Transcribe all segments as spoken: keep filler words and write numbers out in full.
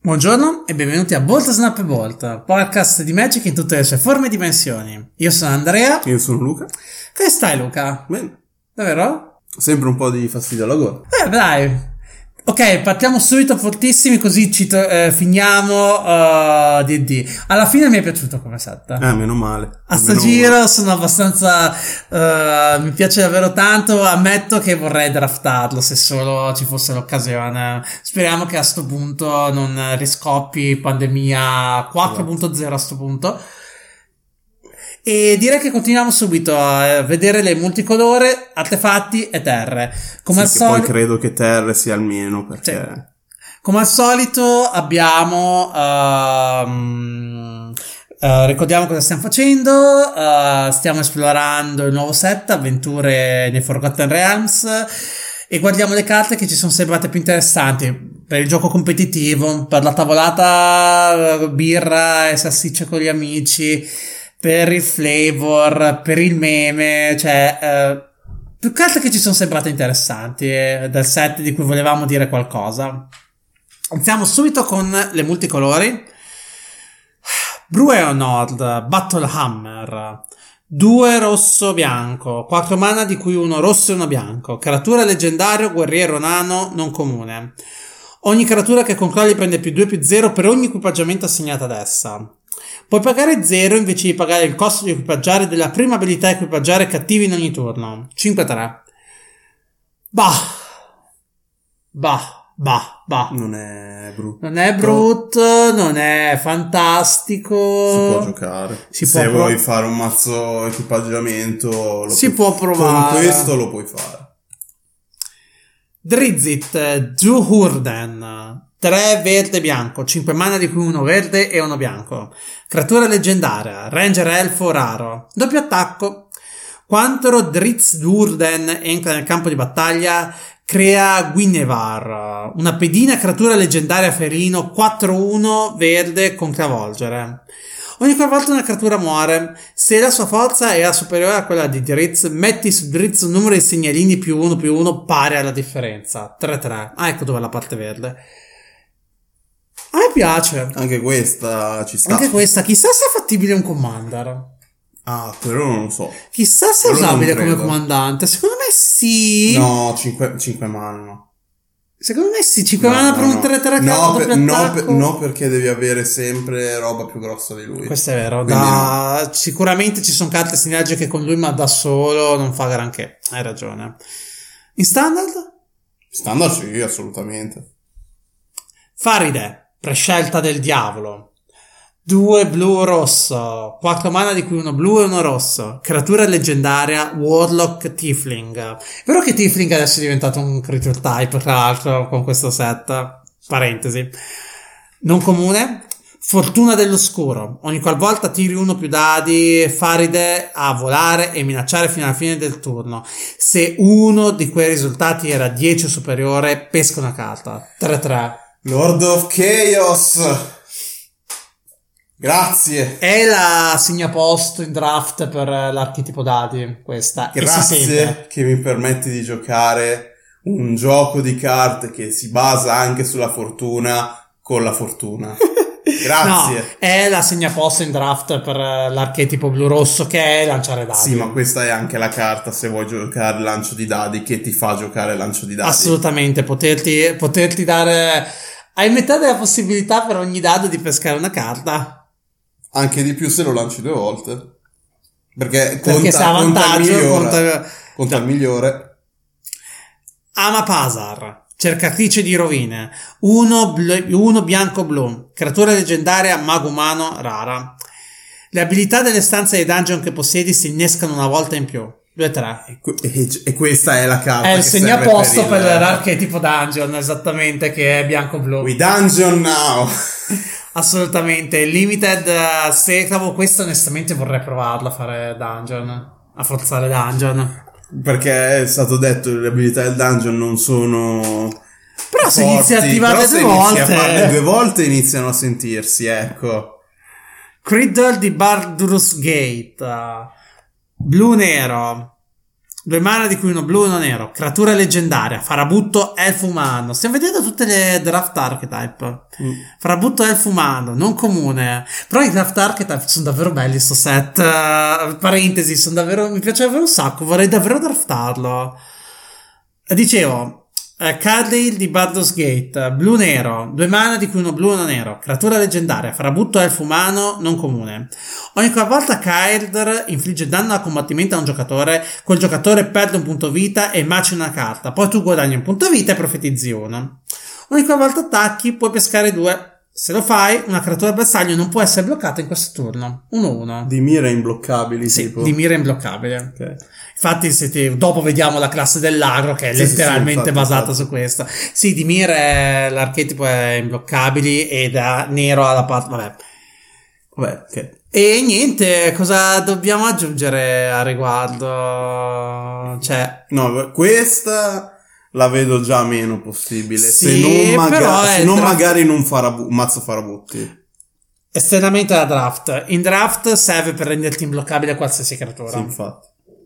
Buongiorno e benvenuti a Bolt Snap e Bolt, podcast di Magic in tutte le sue forme e dimensioni. Io sono Andrea. Io sono Luca. Come stai, Luca? Bene. Davvero? Sempre un po' di fastidio alla gola. Eh, dai. Ok, partiamo subito fortissimi così ci to- eh, finiamo uh, D and D. Alla fine mi è piaciuto come set. Eh, meno male. A sto Almeno- giro sono abbastanza uh, mi piace davvero tanto. Ammetto che vorrei draftarlo se solo ci fosse l'occasione. Speriamo che a sto punto non riscoppi pandemia quattro punto zero a sto punto. E direi che continuiamo subito a vedere le multicolore, artefatti e terre. Come sì, al che poi solito, credo che terre sia il meno, perché... come al solito abbiamo um, uh, ricordiamo cosa stiamo facendo. Uh, stiamo esplorando il nuovo set Avventure nei Forgotten Realms e guardiamo le carte che ci sono sembrate più interessanti per il gioco competitivo, per la tavolata birra e salsicce con gli amici, per il flavor, per il meme, cioè eh, più carte che ci sono sembrate interessanti eh, del set di cui volevamo dire qualcosa. Iniziamo subito con le multicolori. Brueo Nord, Battle Hammer, due rosso bianco, quattro mana di cui uno rosso e uno bianco, creatura leggendario, guerriero nano, non comune. Ogni creatura che controlli prende più due più zero per ogni equipaggiamento assegnato ad essa. Puoi pagare zero invece di pagare il costo di equipaggiare della prima abilità equipaggiare cattivi in ogni turno. cinque tre. Bah. Bah. Bah. Bah. Non è brutto. Non è brutto, non è fantastico. Si può giocare. Si Se può vuoi pro- fare un mazzo equipaggiamento... Lo Si puoi- può provare. Con questo lo puoi fare. Drizzt, Juhurden, tre verde e bianco, cinque mana di cui uno verde e uno bianco. Creatura leggendaria, ranger elfo raro, doppio attacco. Quando Drizzt-Durden entra nel campo di battaglia, crea Guinevere, una pedina creatura leggendaria felino quattro uno verde con travolgere. Ogni volta una creatura muore, se la sua forza era superiore a quella di Drizzt, metti su Drizzt un numero di segnalini più uno più uno pari alla differenza. tre tre. Ah, ecco dove è la parte verde. A me piace. Anche questa ci sta. Anche questa, chissà se è fattibile un commander. Ah, però non lo so. Chissà se è Quello non usabile come credo. comandante. Secondo me sì. No, cinque mana no. Secondo me sì, cinque No, mana no, per un no. tre tre no, doppio per- no, attacco. per- no, perché devi avere sempre roba più grossa di lui. Questo è vero. Quindi Da... Sicuramente ci sono carte sinergiche con lui, ma da solo non fa granché. Hai ragione. In standard? Standard sì, assolutamente. Faride, prescelta del diavolo. Due blu rosso, quattro mana di cui uno blu e uno rosso. Creatura leggendaria, Warlock Tiefling. Vero che Tiefling adesso è diventato un creature type, tra l'altro, con questo set. Parentesi. Non comune. Fortuna dell'oscuro. Ogni qualvolta tiri uno più dadi, Faride a volare e minacciare fino alla fine del turno. Se uno di quei risultati era dieci o superiore, pesca una carta. tre tre. Lord of Chaos. Grazie. È la segnaposto in draft per l'archetipo dadi, questa. E si sente. Grazie che mi permetti di giocare un gioco di carte che si basa anche sulla fortuna con la fortuna. Grazie. No, è la segnaposto in draft per l'archetipo blu-rosso che è lanciare dadi. Sì, ma questa è anche la carta se vuoi giocare lancio di dadi che ti fa giocare lancio di dadi. Assolutamente, poterti, poterti dare... Hai metà della possibilità per ogni dado di pescare una carta. Anche di più se lo lanci due volte. Perché conta, Perché se ha conta il vantaggio, migliore. conta... Conta il migliore. Amapazar, cercatrice di rovine, uno, blu, uno bianco-blu, creatura leggendaria, mago umano, rara. Le abilità delle stanze dei dungeon che possiedi si innescano una volta in più. due tre. E, que- e, e questa è la carta È il che serve segnaposto per, il- per l'archetipo dungeon, esattamente, che è bianco-blu. We dungeon now. Assolutamente. Limited, uh, se cavo questo onestamente vorrei provarlo a fare dungeon, a forzare dungeon. Perché è stato detto che le abilità del dungeon non sono Però se forti, inizi a attivarle però se due inizi volte... a farle due volte iniziano a sentirsi, ecco. Criddle di Baldur's Gate, uh, blu nero, Due mana di cui uno blu e uno nero. Creatura leggendaria. Farabutto elfo umano. Stiamo vedendo tutte le draft archetype. Mm. Farabutto elfo umano. Non comune. Però i draft archetype sono davvero belli sto set. Uh, parentesi, sono davvero... Mi piace davvero un sacco. Vorrei davvero draftarlo. Dicevo... Uh, Cardale di Baldur's Gate, blu nero, due mana di cui uno blu e uno nero, creatura leggendaria, farabutto elfo umano, non comune. Ogni qualvolta Kaildr infligge danno a combattimento a un giocatore, quel giocatore perde un punto vita e maci una carta, poi tu guadagni un punto vita e profetizzi uno. Ogni qualvolta attacchi puoi pescare due. Se lo fai, una creatura bersaglio non può essere bloccata in questo turno. uno uno. Di mira imbloccabili, sì, tipo. Di mira imbloccabile. Ok. Infatti, se ti, dopo vediamo la classe dell'agro che è sì, letteralmente sì, infatti, basata infatti. su questo. Sì, di mira è, l'archetipo è imbloccabili ed è nero alla parte. Vabbè. Vabbè, ok. E niente, cosa dobbiamo aggiungere a riguardo? Cioè. No, questa. La vedo già meno possibile. Sì, se non, maga- se non draft... magari in un farabu- mazzo farabutti. Esternamente la draft. In draft serve per renderti imbloccabile a qualsiasi creatura. Sì, infatti.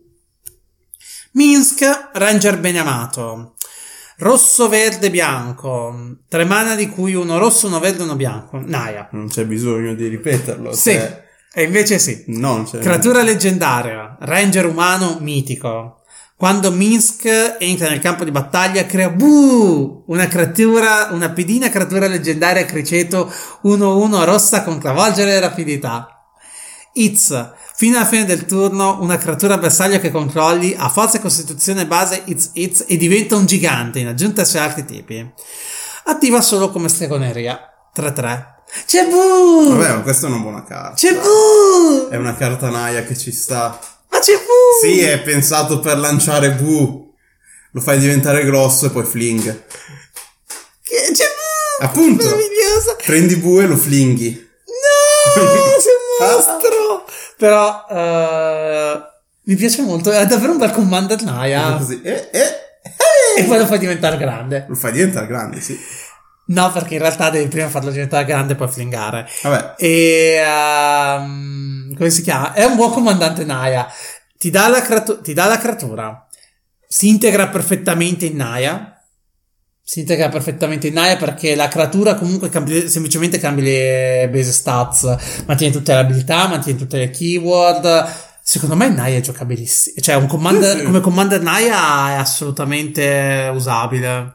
Minsk, Ranger Beniamato. Rosso, verde, bianco. Tre mana di cui uno rosso, uno verde e uno bianco. Naya. Non c'è bisogno di ripeterlo. Sì. Cioè... E invece sì. Non c'è. Creatura leggendaria. Ranger umano mitico. Quando Minsk entra nel campo di battaglia, crea buh, una creatura, una pedina creatura leggendaria criceto uno uno rossa con travolgere e rapidità. It's. Fino alla fine del turno, una creatura bersaglio che controlli ha forza e costituzione base It's It's e diventa un gigante in aggiunta ai suoi altri tipi. Attiva solo come stregoneria. tre tre. C'è buh! Vabbè, ma questa è una buona carta. C'è buh! È una carta Naya che ci sta. Ma c'è buh! Sì, è pensato per lanciare buh. Lo fai diventare grosso e poi fling. Che c'è buh! Appunto. Meraviglioso. Prendi buh e lo flinghi. No! Sei un mostro! Però uh, mi piace molto. È davvero un bel commander Naya. Così. Eh, eh, eh. E poi lo fai diventare grande. Lo fai diventare grande, sì. No, perché in realtà devi prima farlo diventare grande e poi flingare. Vabbè. E um, come si chiama? È un buon comandante Naya. Ti dà la, creatu- ti dà la creatura. Si integra perfettamente in Naya. Si integra perfettamente in Naya perché la creatura comunque cambi- semplicemente cambia le base stats. Mantiene tutte le abilità, mantiene tutte le keyword. Secondo me Naya è giocabilissimo. Cioè, un commander, sì, sì. come commander Naya è assolutamente usabile.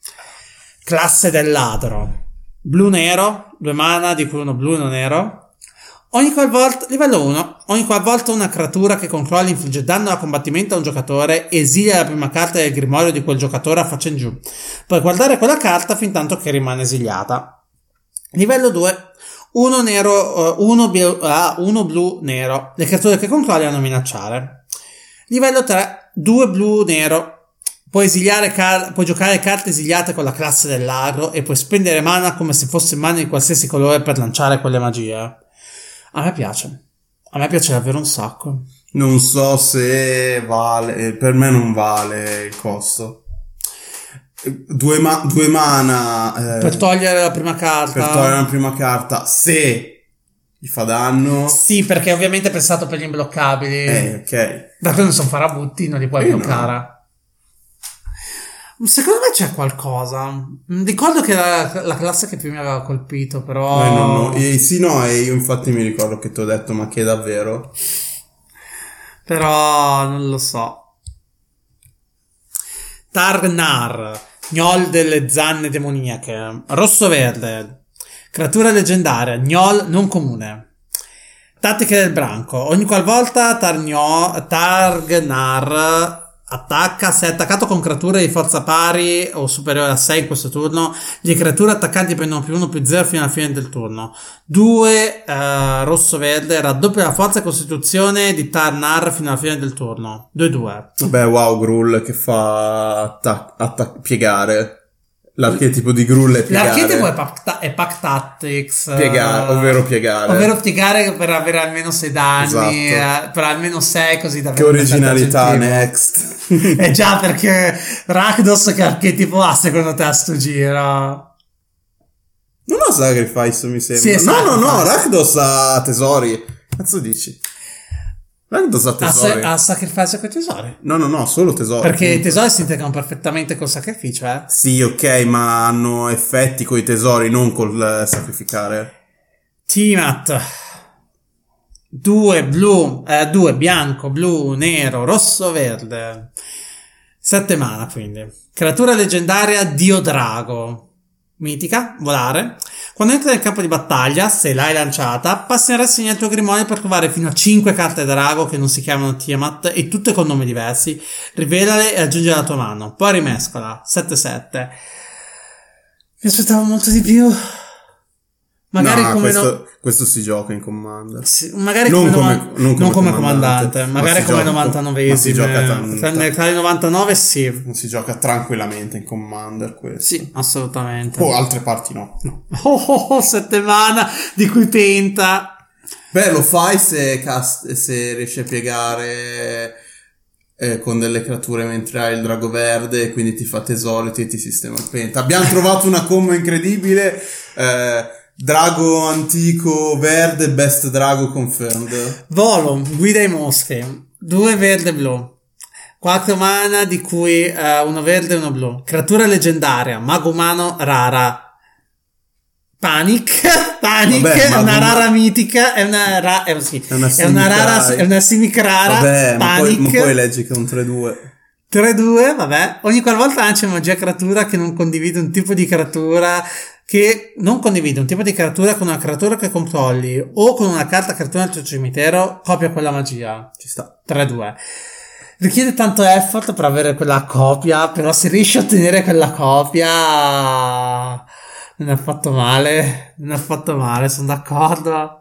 Classe del ladro. Blu-nero, due mana di cui uno blu e uno nero. Ogni qualvolta, livello uno, ogni qualvolta una creatura che controlli infligge danno a combattimento a un giocatore, esilia la prima carta del grimorio di quel giocatore a faccia in giù. Puoi guardare quella carta fin tanto che rimane esiliata. Livello due, uno nero, uh, uno, blu, uh, uno blu nero. Le creature che controlli hanno minacciare. Livello tre, due blu nero. Puoi esiliare car- puoi giocare carte esiliate con la classe dell'agro e puoi spendere mana come se fosse mana di qualsiasi colore per lanciare quelle magie. A me piace. A me piace davvero un sacco. Non so se vale, per me non vale il costo. Due, ma- due mana. Eh, per togliere la prima carta. Per togliere la prima carta, se gli fa danno. Sì, perché ovviamente è pensato per gli imbloccabili. Eh, ok. Perché non sono farabutti, non li puoi eh bloccare. No. Secondo me c'è qualcosa. Ricordo che era la classe che più mi aveva colpito, però. Eh, no, no. E, sì, no, e io infatti mi ricordo che ti ho detto, ma che davvero? Però non lo so. Targnar, Gnoll delle zanne demoniache. Rosso-verde. Creatura leggendaria, Gnoll non comune. Tattiche del branco. Ogni qualvolta Targno, Targnar attacca, se è attaccato con creature di forza pari o superiore a sei in questo turno, le creature attaccanti prendono più uno più zero fino alla fine del turno. due uh, rosso-verde, raddoppia la forza e costituzione di Targnar fino alla fine del turno. due due. Vabbè, wow, Gruul che fa attac- attac- piegare. L'archetipo di Gruul è piegare. L'archetipo è Pack, è pack Tactics. Piegare, ovvero piegare. Ovvero piegare per avere almeno sei danni, esatto. eh, per almeno sei, così da che originalità, next. Eh già, perché Rakdos che archetipo ha secondo te a sto giro? Non ho Sacrifice, mi sembra. Sì, no, no, no, Sacrifice. Rakdos ha tesori. Cazzo dici? Guarda sa Ha, tesori. sa- ha sacrificio con i tesori. No, no, no, solo tesori. Perché i comunque. tesori si integrano perfettamente col sacrificio, eh. Sì, ok, ma hanno effetti con i tesori, non col eh, sacrificare. Tiamat. Due blu, eh, due bianco, blu, nero, rosso, verde. Sette mana, quindi. Creatura leggendaria Dio Drago. Mitica, volare. Quando entri nel campo di battaglia, se l'hai lanciata, passi in rassegna il tuo grimorio per trovare fino a cinque carte drago che non si chiamano Tiamat e tutte con nomi diversi. Rivelale e aggiungi alla tua mano. Poi rimescola. sette sette. Mi aspettavo molto di più. Magari no, come questo, no... questo si gioca in Commander. Sì, magari Non come, come- nova- non come non come comandante, comandante, ma magari si come gioca- novantanovesimo. ma si gioca tanta- Tra, tra i novantanove sì. Non si gioca tranquillamente in Commander questo. Sì, assolutamente. O altre parti no. Oh, oh, oh, sette mana di cui penta. Beh, lo fai se, cast- se riesci a piegare eh, con delle creature mentre hai il drago verde, quindi ti fa tesoro e ti sistema il penta. Abbiamo trovato una combo incredibile. Eh, drago antico verde, best drago confirmed. Volo, guida i mostri. Due verde e blu. Quattro mana di cui eh, uno verde e uno blu. Creatura leggendaria, mago umano rara. Panic, Panic, Vabbè, è mago una umano- rara mitica, è una, ra- è, sì, È una è una rara, simic- è una simic rara. Vabbè, ma poi, Panic. ma poi leggi che è un tre due. tre due, vabbè. Ogni qualvolta lancia magia creatura che non condivide un tipo di creatura che non condivide un tipo di creatura con una creatura che controlli o con una carta creatura nel tuo cimitero, copia quella magia. Ci sta. tre due. Richiede tanto effort per avere quella copia, però se riesci a ottenere quella copia non è affatto male, non è affatto male, sono d'accordo.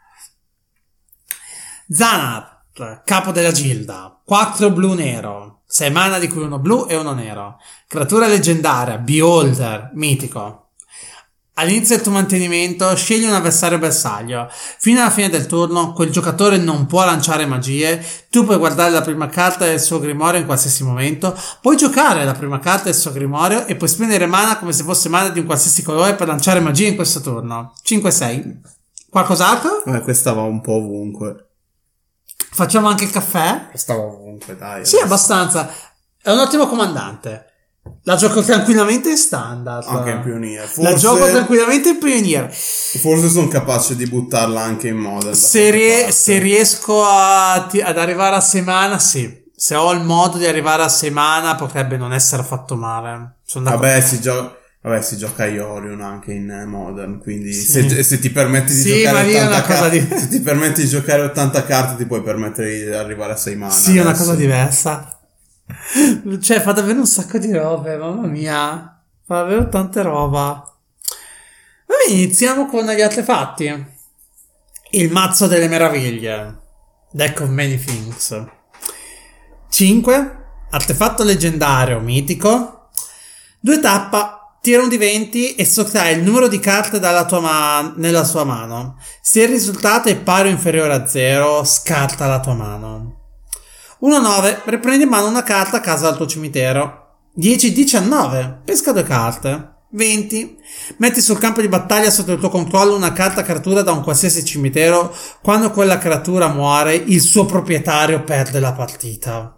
Zanat, capo della gilda, quattro blu nero, sei mana di cui uno blu e uno nero. Creatura leggendaria, Beholder, mitico. All'inizio del tuo mantenimento scegli un avversario bersaglio. Fino alla fine del turno quel giocatore non può lanciare magie. Tu puoi guardare la prima carta del suo grimorio in qualsiasi momento. Puoi giocare la prima carta del suo grimorio e puoi spendere mana come se fosse mana di un qualsiasi colore per lanciare magie in questo turno. cinque sei. Qualcos'altro? Vabbè, questa va un po' ovunque. Facciamo anche il caffè? Questa va ovunque, dai. Sì, abbastanza. È un ottimo comandante. La gioco tranquillamente in standard. Anche in Pioneer. Forse, La gioco tranquillamente in Pioneer. forse sono capace di buttarla anche in Modern. da Se, qualche rie- parte. se riesco a, ti- ad arrivare a sei mana, sì. Se ho il modo di arrivare a sei mana, potrebbe non essere affatto male. Sono d'accordo. Vabbè, si gioca... Vabbè, si gioca Iorion anche in eh, Modern, quindi Sì. se, se ti permetti di Sì, ma giocare lì è ottanta una cosa carte, di- se ti permetti di giocare ottanta carte, ti puoi permettere di arrivare a sei mana. Sì, è una adesso. cosa diversa. Cioè, fa davvero un sacco di robe, mamma mia. Fa davvero tante roba. Va bene, iniziamo con gli artefatti. Il mazzo delle meraviglie. Deck of Many Things. cinque. Artefatto leggendario mitico. due tappa. Tira un di venti e sottrae il numero di carte dalla tua ma- nella sua mano. Se il risultato è pari o inferiore a zero, scarta la tua mano. uno nove. Riprendi in mano una carta a casa dal tuo cimitero. dieci diciannove. Pesca due carte. venti. Metti sul campo di battaglia sotto il tuo controllo una carta creatura da un qualsiasi cimitero. Quando quella creatura muore, il suo proprietario perde la partita.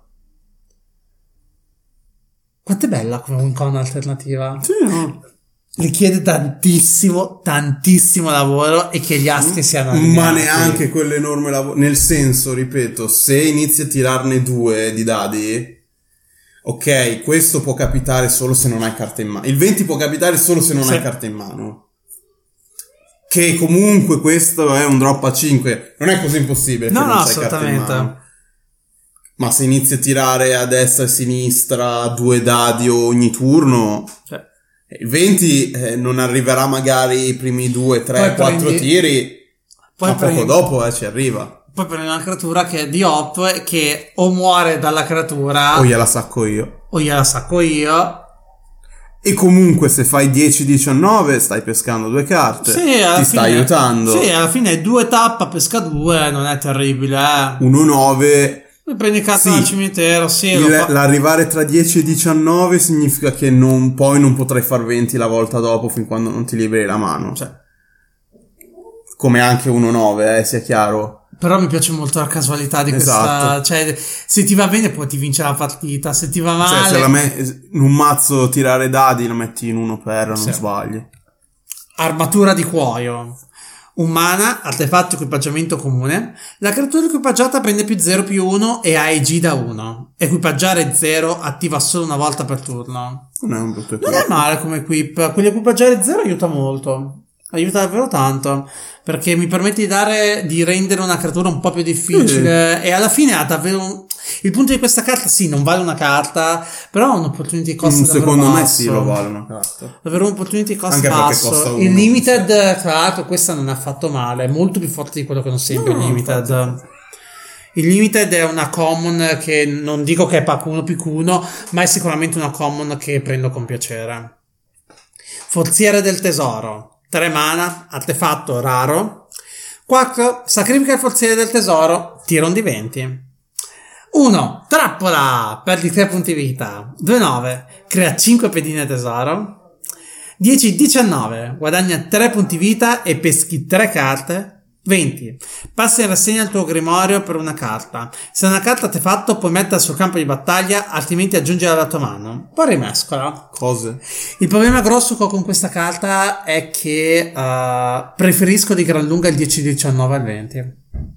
Quanto è bella come win con alternativa. Sì, no. Richiede tantissimo, tantissimo lavoro e che gli astri siano allineati. Ma neanche quell'enorme lavoro. Nel senso, ripeto, se inizi a tirarne due di dadi, ok, questo può capitare solo se non hai carte in mano. Il venti può capitare solo se non Sì. hai carte in mano. Che comunque questo è un drop a cinque. Non è così impossibile. No, che non no, c'hai carte in assolutamente. mano. Ma se inizi a tirare a destra e a sinistra due dadi ogni turno, Cioè, il venti eh, non arriverà magari i primi due, tre, Poi quattro prendi- tiri, poi ma poco prendi- dopo eh, ci arriva. Poi prendi una creatura che è di op che o muore dalla creatura O gliela sacco io. o gliela sacco io. E comunque se fai dieci diciannove stai pescando due carte, Sì, alla ti fine- sta aiutando. Sì, alla fine due tappa pesca due, non è terribile, eh. uno nove. Poi prendi carta Sì. dal cimitero, sì, lo Il- fa- l'arrivare tra dieci e diciannove significa che non, poi non potrai far venti la volta dopo fin quando non ti liberi la mano. cioè, Come anche uno nove, eh, sia chiaro. Però mi piace molto la casualità di Esatto. questa, cioè se ti va bene poi ti vince la partita, se ti va male... Cioè, se la me- in un mazzo tirare dadi la metti in uno per, non Sì. sbagli. Armatura di cuoio. Un mana, artefatto equipaggiamento comune. La creatura equipaggiata prende più zero più uno e ha E G da uno. Equipaggiare zero attiva solo una volta per turno. Non è un brutto Non è equip. male come equip. Quell'equipaggiare zero aiuta molto. Aiuta davvero tanto. Perché mi permette di dare, di rendere una creatura un po' più difficile. Mm. E alla fine ha davvero un... Il punto di questa carta, sì, non vale una carta, però ha un opportunity cost Mm, davvero secondo me basso. sì, lo vale una carta. Davvero un opportunity cost Anche perché basso. costa uno. Il limited, tra l'altro, questa non è affatto male, è molto più forte di quello che non sempre No, il limited. infatti. Il limited è una common che non dico che è pack uno più uno, ma è sicuramente una common che prendo con piacere. Forziere del tesoro, tre mana, artefatto raro. quattro, sacrifica il forziere del tesoro, tira un di venti. uno, trappola, perdi tre punti vita. due nove, crea cinque pedine tesoro. dieci diciannove, guadagna tre punti vita e peschi tre carte. venti, passa in rassegna il tuo grimorio per una carta. Se una carta artefatto puoi metterla sul campo di battaglia, altrimenti aggiungila alla tua mano. Poi rimescola. Cose. Il problema grosso che ho con questa carta è che uh, preferisco di gran lunga il dieci diciannove al venti.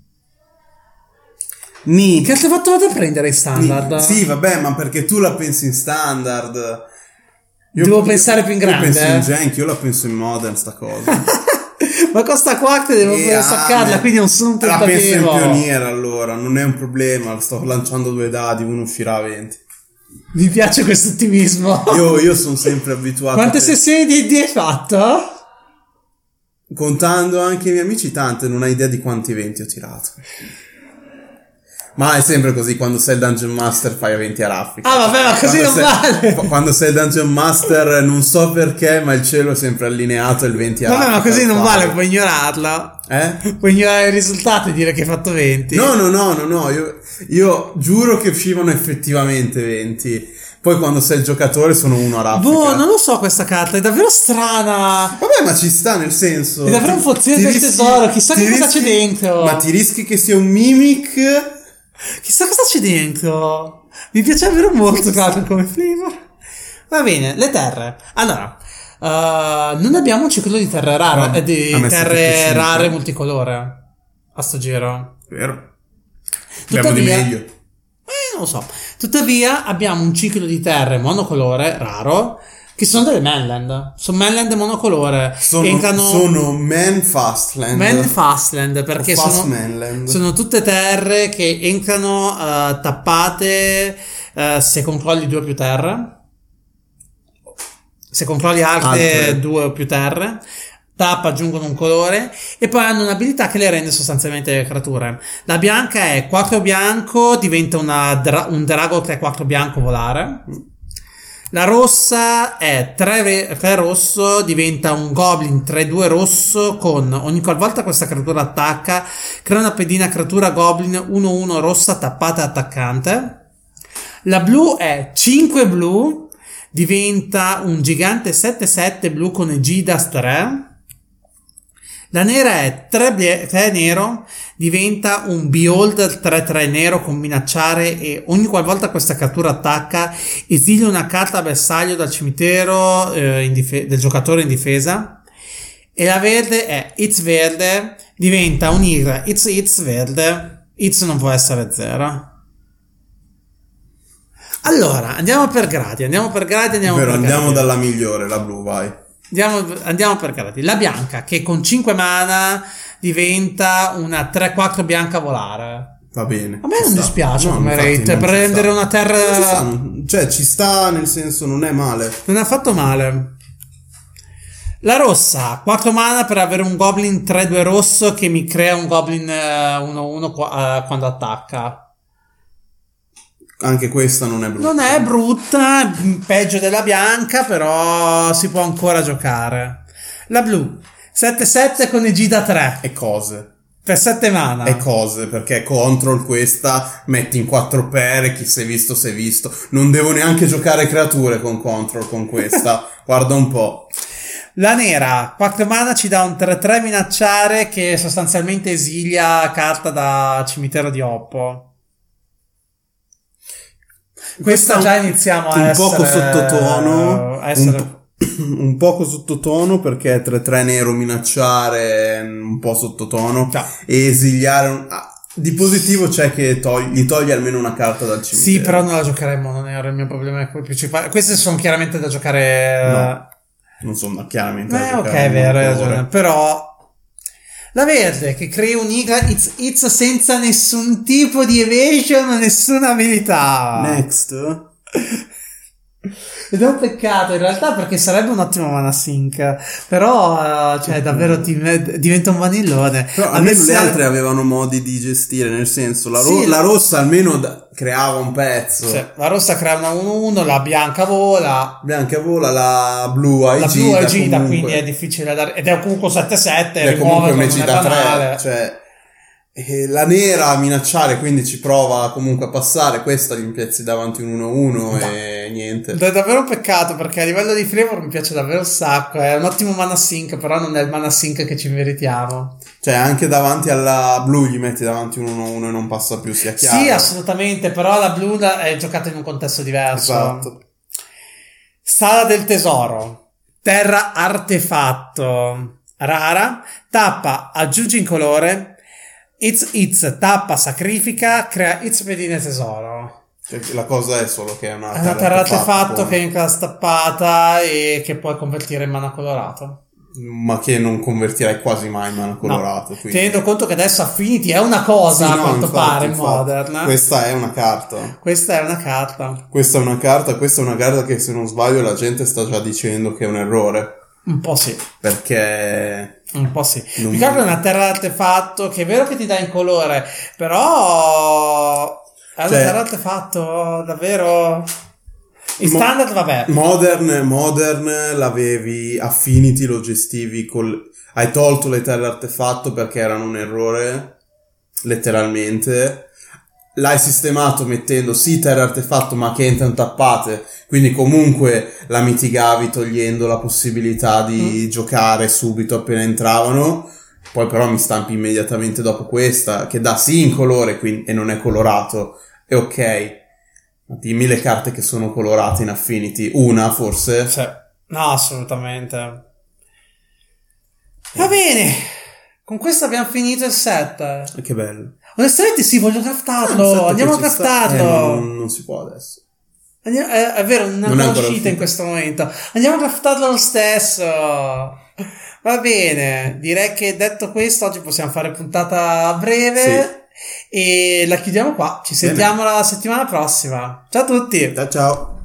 Ni. Che artefatto vado a prendere in standard? Ni. Sì, vabbè, ma perché tu la pensi in standard. Io, Devo pensare più in grande, Io penso eh? in Jank, io la penso in modern sta cosa. Ma costa quattro e devo E poter ah, staccarla, me- quindi non sono un La penso in tentativo. pioniera allora, non è un problema, sto lanciando due dadi, uno uscirà a venti. Mi piace questo ottimismo. Io, io sono sempre abituato. Quante a pe- sessioni di D hai fatto? Contando anche i miei amici, tante, non hai idea di quanti eventi ho tirato. Ma è sempre così, quando sei il Dungeon Master fai eventi a raffica. Ah vabbè, ma così Quando non sei- vale. Quando sei il Dungeon Master non so perché, ma il cielo è sempre allineato e il venti a Vabbè, raffica. ma così non lo vale, fai. puoi ignorarla. Eh? Puoi ignorare il risultato e dire che hai fatto venti. No, no, no, no, no, io, io giuro che uscivano effettivamente venti. Poi quando sei il giocatore sono uno a raffica. Boh, non lo so questa carta, è davvero strana. Vabbè, ma ci sta nel senso. È davvero un ti- forziere ti del rischi- tesoro, chissà ti che cosa rischi- c'è dentro. Ma ti rischi che sia un mimic? Chissà cosa c'è dentro. Mi piace davvero molto Kraken come flavor. Va bene, le terre. Allora, uh, non abbiamo un ciclo di terre rare, No, eh, di a me sta terre tutto cinque. rare multicolore a sto giro. Vero. Abbiamo di Tuttavia- meglio. Eh, non lo so. Tuttavia abbiamo un ciclo di terre monocolore raro che sono delle mainland. Sono mainland monocolore. Sono, Entrano sono Man Fastland. Man Fastland perché O Fast sono, Mainland. sono tutte terre che entrano uh, tappate uh, se controlli due o più terre. Se controlli altre, Altre. due o più terre. Tappa, aggiungono un colore e poi hanno un'abilità che le rende sostanzialmente creature. La bianca è quattro bianco, diventa una dra- un drago tre quattro bianco volare. La rossa è tre rosso, diventa un goblin tre due rosso con ogni qualvolta questa creatura attacca, crea una pedina creatura goblin uno uno rossa tappata attaccante. La blu è cinque blu, diventa un gigante sette sette blu con Egidas tre. La nera è tre nero, diventa un Beholder tre tre nero con minacciare e ogni qualvolta questa creatura attacca esilia una carta bersaglio dal cimitero eh, in dif- del giocatore in difesa. E la verde è It's verde, diventa un Ira It's It's verde, It's non può essere zero. Allora, andiamo per gradi, andiamo per gradi, andiamo Vero, per andiamo gradi. dalla migliore, la blu, vai. Andiamo, andiamo per gradi. La bianca, che con cinque mana diventa una tre quattro bianca volare. Va bene. A me ci non sta. dispiace No, come infatti rate, non per ci rendere sta. una terra- Non ci sta, cioè, ci sta, nel senso, non è male. Non ha fatto male. La rossa, quattro mana per avere un goblin tre due rosso che mi crea un goblin uno uno quando attacca. Anche questa non è brutta. Non è brutta, peggio della bianca, però si può ancora giocare. La blu, sette sette con Egida tre, E cose. per sette mana. E cose, perché control questa metti in quattro per, chi si è visto si è visto. Non devo neanche giocare creature con control con questa. Guarda un po'. La nera, quattro mana, ci dà un tre tre minacciare che sostanzialmente esilia carta da cimitero di Oppo. Questa già iniziamo a un essere... poco sottotono. A essere... Un, un poco sottotono perché tre tre nero minacciare un po' sottotono. Già. E esiliare... Un, ah, di positivo c'è che togli, gli toglie almeno una carta dal cimitero. Sì, però non la giocheremmo, non era il mio problema principale. Queste sono chiaramente da giocare... No, non sono chiaramente da eh, giocare. ok, è vero, hai ragione. Però... La verde, che crea un'igra it's, it's senza nessun tipo di evasion, nessuna abilità. Next. Ed è un peccato in realtà, perché sarebbe un ottimo mana sync, però uh, cioè davvero ti, diventa un vanillone. Però almeno Avesse... le altre avevano modi di gestire, nel senso la, ro- sì, la rossa almeno da- creava un pezzo. Sì, la rossa crea una uno uno, la bianca vola. Bianca vola, la blu agita. La blu agita, quindi è difficile da dare. Ed è comunque sette sette, è comunque un agita tre, cioè... E la nera a minacciare, quindi ci prova comunque a passare. Questa gli impiazzi davanti un uno uno e niente. È davvero un peccato, perché a livello di flavor mi piace davvero un sacco. È un ottimo mana sync, però non è il mana sync che ci meritiamo. Cioè anche davanti alla blu gli metti davanti un uno uno e non passa più, sia chiaro. Sì, assolutamente, però la blu è giocata in un contesto diverso. Esatto. Sala del tesoro, terra artefatto, rara, tappa, aggiungi in colore. It's It's tappa, sacrifica, crea It's pedine tesoro. Cioè, la cosa è solo che è una è una terra artefatto che è in class tappata e che puoi convertire in mana colorato, ma che non convertirai quasi mai in mana colorato, no. Quindi... tenendo conto che adesso Affinity è una cosa, sì, a no, quanto infatti, pare in Modern. Questa è una carta questa è una carta questa è una carta questa è una carta che, se non sbaglio, la gente sta già dicendo che è un errore. Un po' sì. Perché... Un po' sì. Non... Ricordo è una terra artefatto che è vero che ti dà in colore, però... È una cioè... terra artefatto davvero... In Mo- standard vabbè. Modern, Modern l'avevi... Affinity lo gestivi col... Hai tolto le terre artefatto perché erano un errore, letteralmente. L'hai sistemato mettendo sì terre artefatto ma che entrano tappate, quindi comunque la mitigavi togliendo la possibilità di mm. giocare subito appena entravano. Poi però mi stampi immediatamente dopo questa che dà sì in colore, quindi, e non è colorato, e ok, ma dimmi le carte che sono colorate in Affinity. Una forse? Sì. No, assolutamente. Va bene, con questo abbiamo finito il set. Che bello. Onestamente sì, voglio craftarlo. Ah, andiamo a craftarlo. Eh, non, non si può adesso. Andiamo, è, è vero, non è ancora uscita in questo momento. Andiamo a craftarlo lo stesso. Va bene, direi che detto questo oggi possiamo fare puntata breve, sì. E la chiudiamo qua. Ci sentiamo bene. La settimana prossima. Ciao a tutti. Ciao ciao.